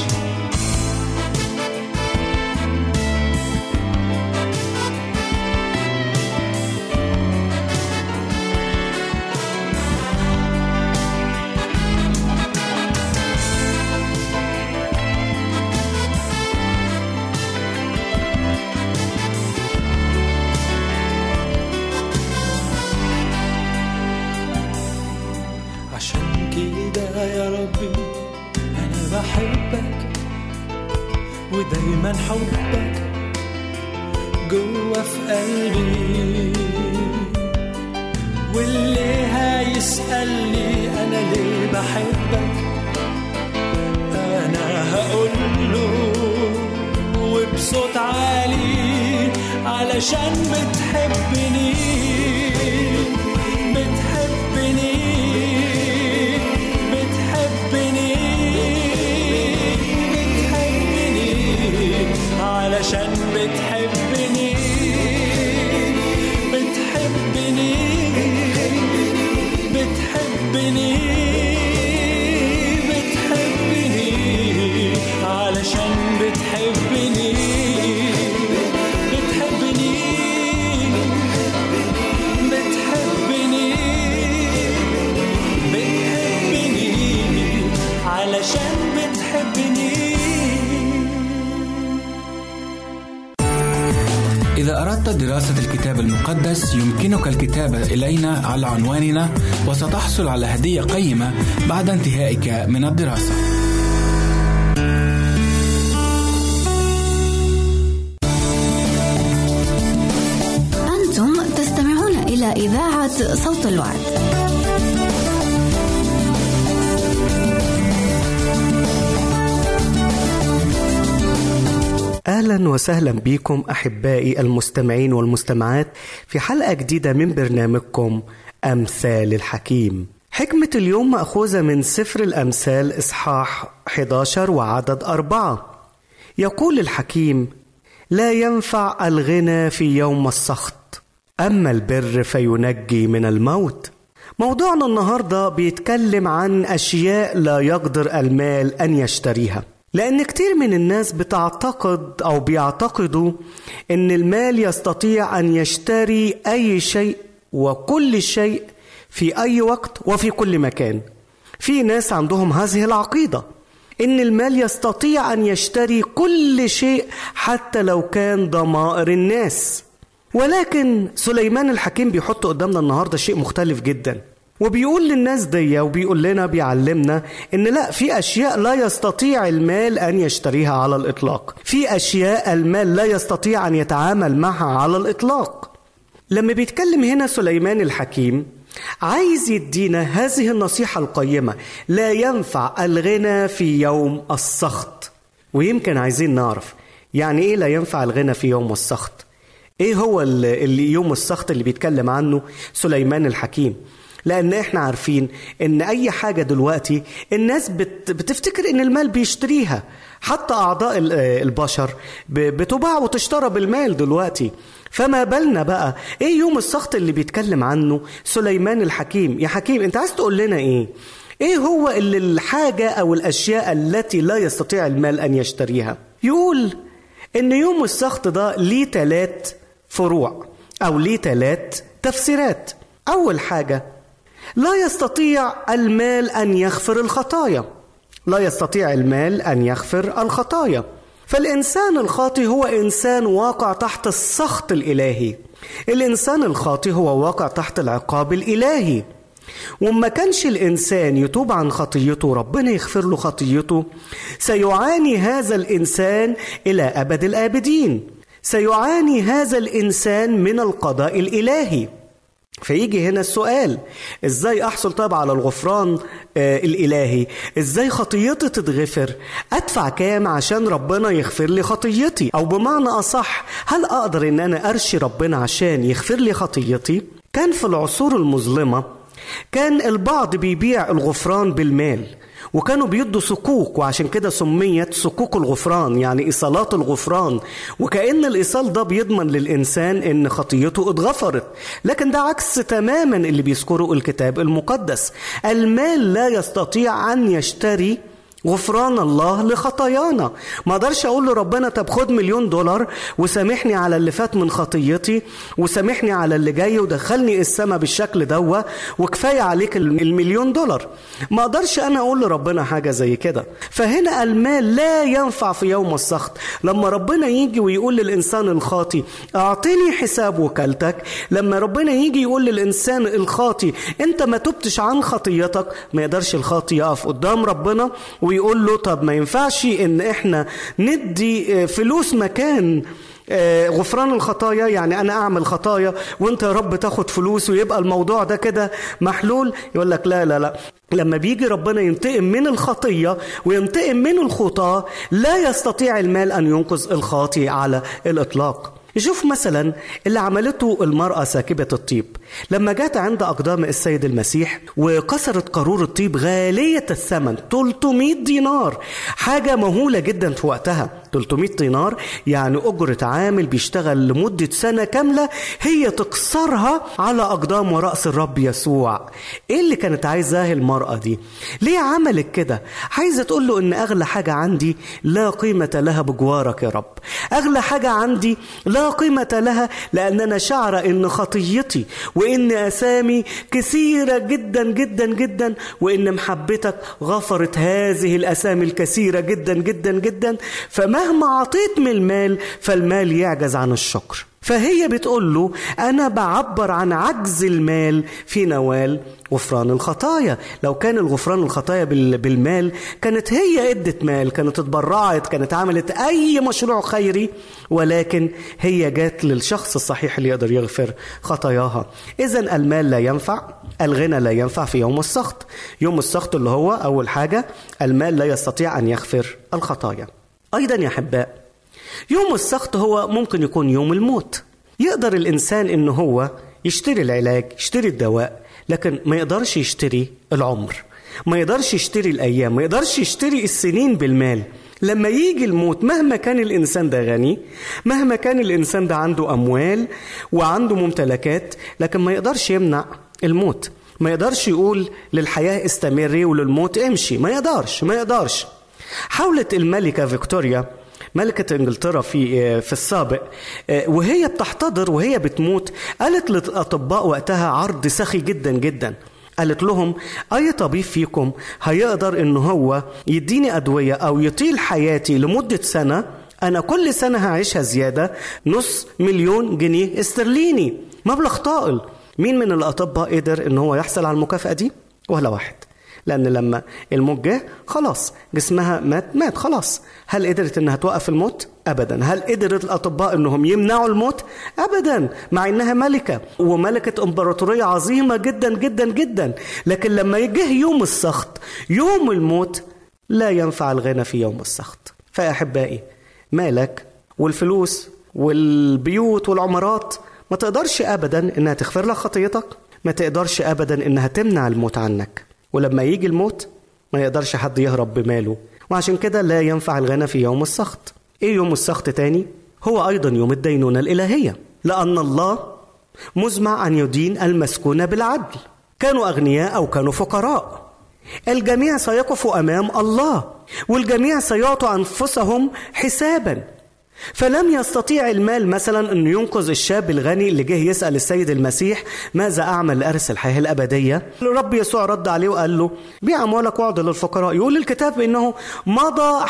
عشان كده يا ربي أنا بحبك ودايما حبك جوا في قلبي. واللي هيسألني أنا ليه بحبك أنا هقوله وبصوت عالي. علشان بتحبني بتحبني علشان بتحبني بتحبني بتحبني بتحبني علشان بتحبني بتحبني بتحبني بتحبني علشان بتحبني. إذا أردت دراسة الكتاب المقدس يمكنك الكتابة إلينا على عنواننا، وستحصل على هدية قيمة بعد انتهائك من الدراسة. أنتم تستمعون إلى إذاعة صوت الوعد. أهلا وسهلا بكم أحبائي المستمعين والمستمعات في حلقة جديدة من برنامجكم أمثال الحكيم. حكمة اليوم مأخوذة من سفر الأمثال إصحاح 11 وعدد 4. يقول الحكيم: لا ينفع الغنى في يوم السخط، أما البر فينجي من الموت. موضوعنا النهاردة بيتكلم عن أشياء لا يقدر المال أن يشتريها، لأن كتير من الناس بتعتقد أو بيعتقدوا أن المال يستطيع أن يشتري أي شيء وكل شيء في أي وقت وفي كل مكان. في ناس عندهم هذه العقيدة أن المال يستطيع أن يشتري كل شيء حتى لو كان ضمائر الناس. ولكن سليمان الحكيم بيحط قدامنا النهاردة شيء مختلف جدا. وبيقول للناس دي وبيقول لنا بيعلمنا إن لا، في أشياء لا يستطيع المال أن يشتريها على الإطلاق، في أشياء المال لا يستطيع أن يتعامل معها على الإطلاق. لما بيتكلم هنا سليمان الحكيم عايز يدينا هذه النصيحة القيمة: لا ينفع الغنى في يوم السخط. ويمكن عايزين نعرف يعني إيه لا ينفع الغنى في يوم السخط. إيه هو يوم السخط اللي بيتكلم عنه سليمان الحكيم؟ لأن إحنا عارفين إن أي حاجة دلوقتي الناس بتفتكر إن المال بيشتريها، حتى أعضاء البشر بتباع وتشترى بالمال دلوقتي. فما بالنا بقى إيه يوم السخط اللي بيتكلم عنه سليمان الحكيم؟ يا حكيم أنت عايز تقول لنا إيه؟ إيه هو اللي الحاجة أو الأشياء التي لا يستطيع المال أن يشتريها؟ يقول إن يوم السخط ده ليه 3 فروع أو ليه 3 تفسيرات. أول حاجة، لا يستطيع المال أن يغفر الخطايا. لا يستطيع المال أن يغفر الخطايا. فالإنسان الخاطئ هو إنسان واقع تحت السخط الإلهي. الإنسان الخاطئ هو واقع تحت العقاب الإلهي. وما كانش الإنسان يتوب عن خطيته ربنا يغفر له خطيته، سيعاني هذا الإنسان إلى أبد الآبدين. سيعاني هذا الإنسان من القضاء الإلهي. فيجي هنا السؤال: ازاي احصل طبعا على الغفران الالهي؟ ازاي خطيتي تتغفر؟ ادفع كام عشان ربنا يغفر لي خطيتي؟ او بمعنى اصح، هل اقدر ان انا ارشي ربنا عشان يغفر لي خطيتي؟ كان في العصور المظلمة كان البعض بيبيع الغفران بالمال، وكانوا بيدوا صكوك، وعشان كده سميت صكوك الغفران، يعني إيصالات الغفران، وكأن الإيصال ده بيضمن للإنسان إن خطيته اتغفرت. لكن ده عكس تماما اللي بيذكره الكتاب المقدس. المال لا يستطيع أن يشتري غفران الله لخطايانا. ما اقدرش اقول لربنا طب خد $1,000,000 وسامحني على اللي فات من خطيتي وسامحني على اللي جاي ودخلني السما بالشكل دوا وكفايه عليك $1,000,000. ما اقدرش انا اقول لربنا حاجه زي كده. فهنا المال لا ينفع في يوم السخط. لما ربنا يجي ويقول للانسان الخاطي اعطيني حساب وكالتك، لما ربنا يجي يقول للانسان الخاطي انت ما تبتش عن خطيتك، ما يقدرش الخاطي يقف قدام ربنا ويقول له طب ما ينفعش ان احنا ندي فلوس مكان غفران الخطايا، يعني انا اعمل خطايا وانت يا رب تاخد فلوس ويبقى الموضوع ده كده محلول. يقول لك لا لا لا، لما بيجي ربنا ينتقم من الخطية وينتقم من الخطاة لا يستطيع المال ان ينقذ الخاطي على الاطلاق. يشوف مثلا اللي عملته المرأة ساكبة الطيب لما جات عند أقدام السيد المسيح وكسرت قارورة الطيب غالية الثمن 300 دينار، حاجة مهولة جدا في وقتها. 300 دينار يعني أجرة عامل بيشتغل لمدة سنة كاملة، هي تكسرها على أقدام ورأس الرب يسوع. إيه اللي كانت عايزاه المرأة دي؟ ليه عملت كده؟ عايزة تقول له إن أغلى حاجة عندي لا قيمة لها بجوارك يا رب. أغلى حاجة عندي لا قيمة لها لأن أنا شعر إن خطيتي وإن أسامي كثيرة جدا جدا جدا، وإن محبتك غفرت هذه الأسامي الكثيرة جدا جدا جدا، فمهما عطيت من المال فالمال يعجز عن الشكر. فهي بتقول له أنا بعبر عن عجز المال في نوال غفران الخطايا. لو كان الغفران الخطايا بالمال كانت هي ادت مال، كانت اتبرعت، كانت عملت أي مشروع خيري، ولكن هي جات للشخص الصحيح اللي يقدر يغفر خطاياها. إذن المال لا ينفع، الغنى لا ينفع في يوم السخط. يوم السخط اللي هو أول حاجة المال لا يستطيع أن يغفر الخطايا. أيضا يا أحباء يوم السخط هو ممكن يكون يوم الموت. يقدر الإنسان إنه هو يشتري العلاج، يشتري الدواء، لكن ما يقدرش يشتري العمر، ما يقدرش يشتري الأيام، ما يقدرش يشتري السنين بالمال. لما يجي الموت مهما كان الإنسان ده غني، مهما كان الإنسان ده عنده أموال وعنده ممتلكات، لكن ما يقدرش يمنع الموت. ما يقدرش يقول للحياة استمري وللموت امشي، ما يقدرش. حاولت الملكة فيكتوريا ملكة انجلترا في السابق وهي بتحتضر وهي بتموت، قالت للأطباء وقتها عرض سخي جدا جدا. قالت لهم أي طبيب فيكم هيقدر إنه هو يديني أدوية أو يطيل حياتي لمدة سنة؟ أنا كل سنة هعيشها زيادة $500,000 استرليني، مبلغ طائل. مين من الأطباء قدر إن هو يحصل على المكافأة دي؟ ولا واحد. لأن لما الموت جه خلاص جسمها مات خلاص. هل قدرت إنها توقف الموت؟ أبدا. هل قدرت الأطباء إنهم يمنعوا الموت؟ أبدا، مع إنها ملكة وملكة إمبراطورية عظيمة جدا جدا جدا. لكن لما يجه يوم السخط، يوم الموت، لا ينفع الغنى في يوم السخط. فيا أحبائي، مالك والفلوس والبيوت والعمارات ما تقدرش أبدا إنها تغفر لك خطيتك، ما تقدرش أبدا إنها تمنع الموت عنك. ولما يجي الموت ما يقدرش حد يهرب بماله، وعشان كده لا ينفع الغنى في يوم السخط. إيه يوم السخط تاني؟ هو أيضا يوم الدينونة الإلهية، لأن الله مزمع أن يدين المسكون بالعدل، كانوا أغنياء أو كانوا فقراء. الجميع سيقف أمام الله، والجميع سيعطوا أنفسهم حسابا. فلم يستطيع المال مثلا أن ينقذ الشاب الغني اللي جه يسأل السيد المسيح ماذا أعمل لأرث الحياة الأبدية. الرب يسوع رد عليه وقال له بيع أموالك واعطي للفقراء. يقول الكتاب إنه مضى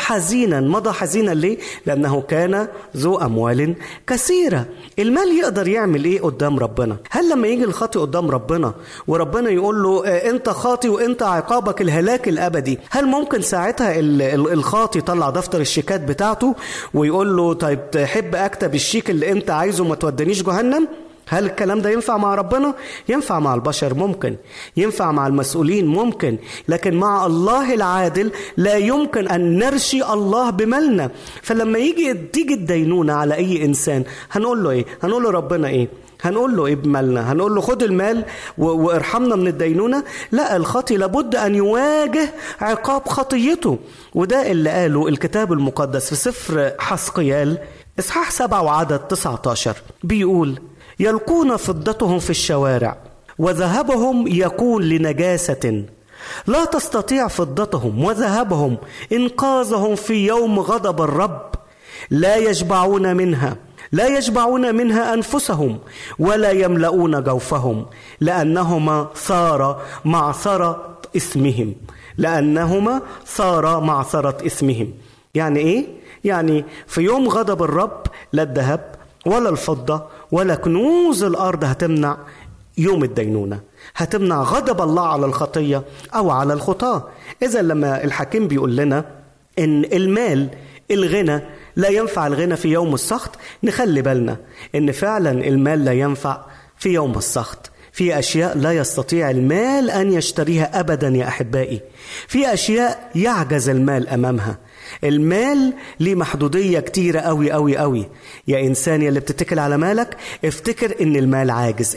حزينا. ليه؟ لأنه كان ذو أموال كثيرة. المال يقدر يعمل إيه قدام ربنا؟ هل لما يجي الخاطئ قدام ربنا وربنا يقول له أنت خاطئ وأنت عقابك الهلاك الأبدي، هل ممكن ساعتها الخاطئ يطلع دفتر الشيكات بتاعته ويقول له طيب تحب أكتب الشيك اللي أنت عايزه ما تودنيش جهنم؟ هل الكلام ده ينفع مع ربنا؟ ينفع مع البشر ممكن، ينفع مع المسؤولين ممكن، لكن مع الله العادل لا يمكن أن نرشي الله بمالنا. فلما تيجي الدينونة على أي إنسان هنقول له إيه؟ هنقول له ربنا إيه؟ هنقول له إيه بمالنا؟ هنقول له خد المال وارحمنا من الدينونة؟ لا، الخاطئ لابد أن يواجه عقاب خطيته. وده اللي قاله الكتاب المقدس في سفر حسقيال إصحاح 7 وعدد 19، بيقول يلقون فضتهم في الشوارع وذهبهم يكون لنجاسة، لا تستطيع فضتهم وذهبهم إنقاذهم في يوم غضب الرب. لا يشبعون منها أنفسهم ولا يملؤون جوفهم، لأنهما صار معصرة اسمهم. يعني إيه؟ يعني في يوم غضب الرب لا الذهب ولا الفضة ولا كنوز الأرض هتمنع يوم الدينونة، هتمنع غضب الله على الخطية أو على الخطاة. إذا لما الحكيم بيقول لنا إن المال الغنى لا ينفع الغنى في يوم السخط، نخلي بالنا إن فعلا المال لا ينفع في يوم السخط. في أشياء لا يستطيع المال أن يشتريها أبدا يا أحبائي، في أشياء يعجز المال أمامها. المال ليه محدودية كتيرة قوي قوي قوي. يا إنسان يلي بتتكل على مالك افتكر إن المال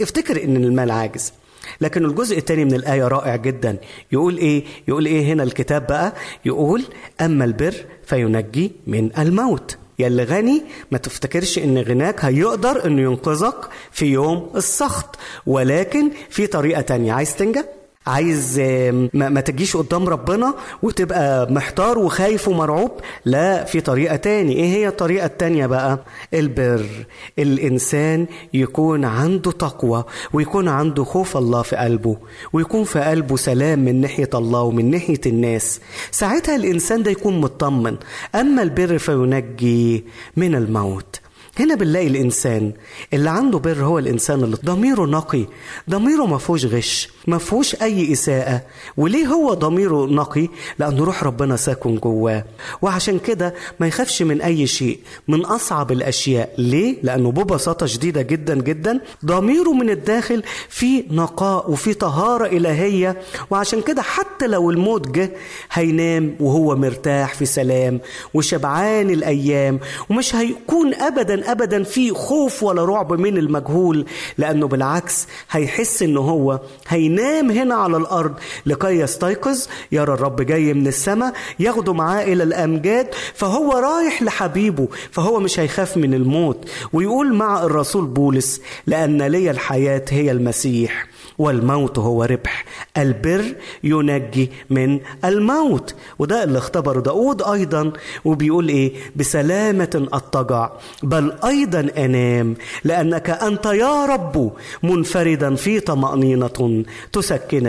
عاجز، لكن الجزء الثاني من الآية رائع جدا. يقول إيه هنا الكتاب بقى؟ يقول أما البر فينجي من الموت. يلي غني ما تفتكرش إن غناك هيقدر إنه ينقذك في يوم السخط، ولكن في طريقة تانية. عايز تنجى؟ عايز ما تجيش قدام ربنا وتبقى محتار وخايف ومرعوب؟ لا، في طريقة تاني. ايه هي الطريقة التانية بقى؟ البر. الإنسان يكون عنده تقوى ويكون عنده خوف الله في قلبه، ويكون في قلبه سلام من ناحية الله ومن ناحية الناس. ساعتها الإنسان ده يكون مطمن. أما البر فينجي من الموت. هنا بنلاقي الإنسان اللي عنده بر هو الإنسان اللي ضميره نقي، ضميره ما فيهوش غش، ما فيهوش أي إساءة. وليه هو ضميره نقي؟ لأنه روح ربنا ساكن جواه، وعشان كده ما يخافش من أي شيء، من أصعب الأشياء. ليه؟ لأنه ببساطة شديدة جدا جدا ضميره من الداخل في نقاء وفي طهارة إلهية، وعشان كده حتى لو الموت جه هينام وهو مرتاح في سلام وشبعان الأيام، ومش هيكون أبدا في خوف ولا رعب من المجهول، لأنه بالعكس هيحس إنه هو هينام هنا على الأرض لكي يستيقظ يرى الرب جاي من السماء ياخده معاه إلى الأمجاد، فهو رايح لحبيبه، فهو مش هيخاف من الموت. ويقول مع الرسول بولس لأن لي الحياة هي المسيح والموت هو ربح. البر ينجي من الموت. وده اللي اختبره داود أيضا، وبيقول إيه؟ بسلامة أضطجع بل أيضا أنام، لأنك أنت يا رب منفردا في طمأنينة تسكنني.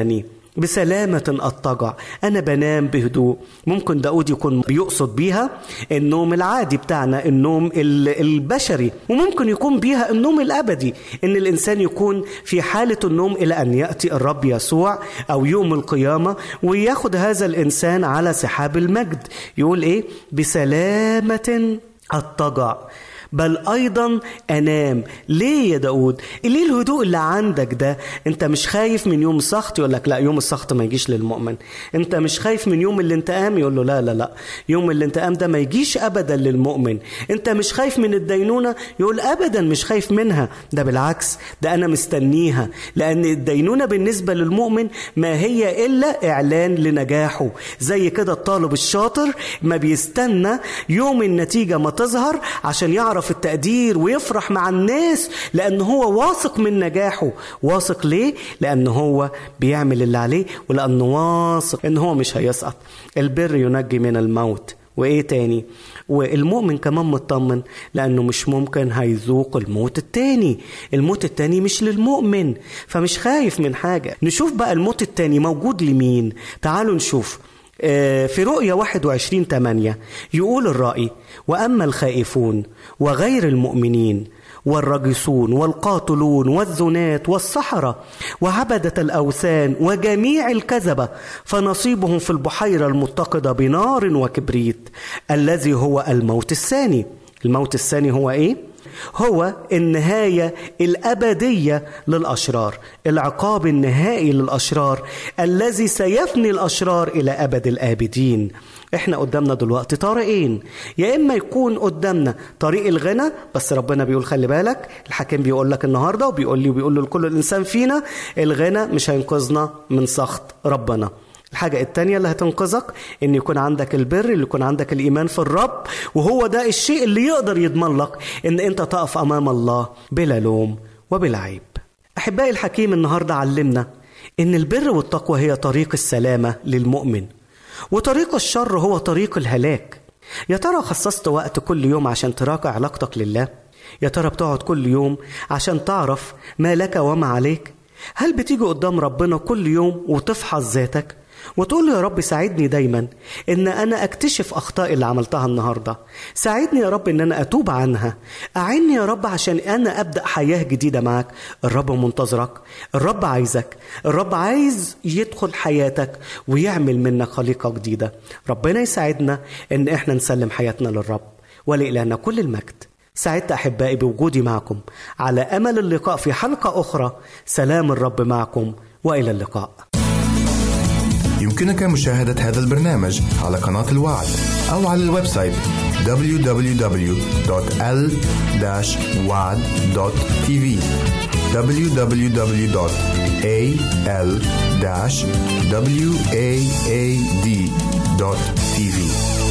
بسلامة أضطجع، أنا بنام بهدوء. ممكن داود يكون بيقصد بيها النوم العادي بتاعنا، النوم البشري، وممكن يكون بيها النوم الأبدي، إن الإنسان يكون في حالة النوم إلى أن يأتي الرب يسوع أو يوم القيامة وياخد هذا الإنسان على سحاب المجد. يقول إيه؟ بسلامة أضطجع بل أيضا أنام. ليه يا داود؟ ليه الهدوء اللي عندك ده؟ أنت مش خايف من يوم السخط؟ يقول لك لا، يوم السخط ما يجيش للمؤمن. أنت مش خايف من يوم الانتقام؟ يقول له لا لا لا، يوم الانتقام ده ما يجيش أبدا للمؤمن. أنت مش خايف من الدينونة؟ يقول أبدا مش خايف منها، ده بالعكس، ده أنا مستنيها، لأن الدينونة بالنسبة للمؤمن ما هي إلا إعلان لنجاحه. زي كده الطالب الشاطر ما بيستنى يوم النتيجة ما تظهر عشان يعرف في التقدير ويفرح مع الناس، لأنه هو واثق من نجاحه. واثق ليه؟ لأنه هو بيعمل اللي عليه، ولأنه واثق إنه هو مش هيسقط. البر ينجي من الموت. وإيه تاني؟ والمؤمن كمان مطمن لأنه مش ممكن هيذوق الموت التاني. الموت التاني مش للمؤمن، فمش خايف من حاجة. نشوف بقى الموت التاني موجود لمين. تعالوا نشوف في رؤية 21:8 يقول الرائي: وأما الخائفون وغير المؤمنين والرجسون والقاتلون والزنات والسحرة وعبدة الأوثان وجميع الكذبة فنصيبهم في البحيرة المتقدة بنار وكبريت الذي هو الموت الثاني. الموت الثاني هو إيه؟ هو النهاية الأبدية للأشرار، العقاب النهائي للأشرار الذي سيفني الأشرار إلى أبد الآبدين. احنا قدامنا دلوقتي طريقين، يا إما يكون قدامنا طريق الغنى، بس ربنا بيقول خلي بالك، الحكيم بيقول لك النهاردة وبيقول لي وبيقول له لكل الإنسان فينا، الغنى مش هينقذنا من سخط ربنا. الحاجة التانية اللي هتنقذك إن يكون عندك البر، اللي يكون عندك الإيمان في الرب، وهو ده الشيء اللي يقدر يضمن لك إن أنت تقف أمام الله بلا لوم وبلا عيب. أحبائي، الحكيم النهاردة علمنا إن البر والتقوى هي طريق السلامة للمؤمن، وطريق الشر هو طريق الهلاك. يا ترى خصصت وقت كل يوم عشان تراجع علاقتك لله؟ يا ترى بتقعد كل يوم عشان تعرف ما لك وما عليك؟ هل بتيجي قدام ربنا كل يوم وتفحص ذاتك وتقول له يا رب ساعدني دايما ان انا اكتشف اخطائي اللي عملتها النهاردة، ساعدني يا رب ان انا اتوب عنها، اعني يا رب عشان انا ابدأ حياة جديدة معك. الرب منتظرك، الرب عايزك، الرب عايز يدخل حياتك ويعمل منك خليقة جديدة. ربنا يساعدنا ان احنا نسلم حياتنا للرب، ولإلهنا كل المجد. سعدت أحبائي بوجودي معكم، على أمل اللقاء في حلقة أخرى. سلام الرب معكم وإلى اللقاء. يمكنك مشاهدة هذا البرنامج على قناة الوعد أو على الويب سايت www.al-wad.tv www.al-waad.tv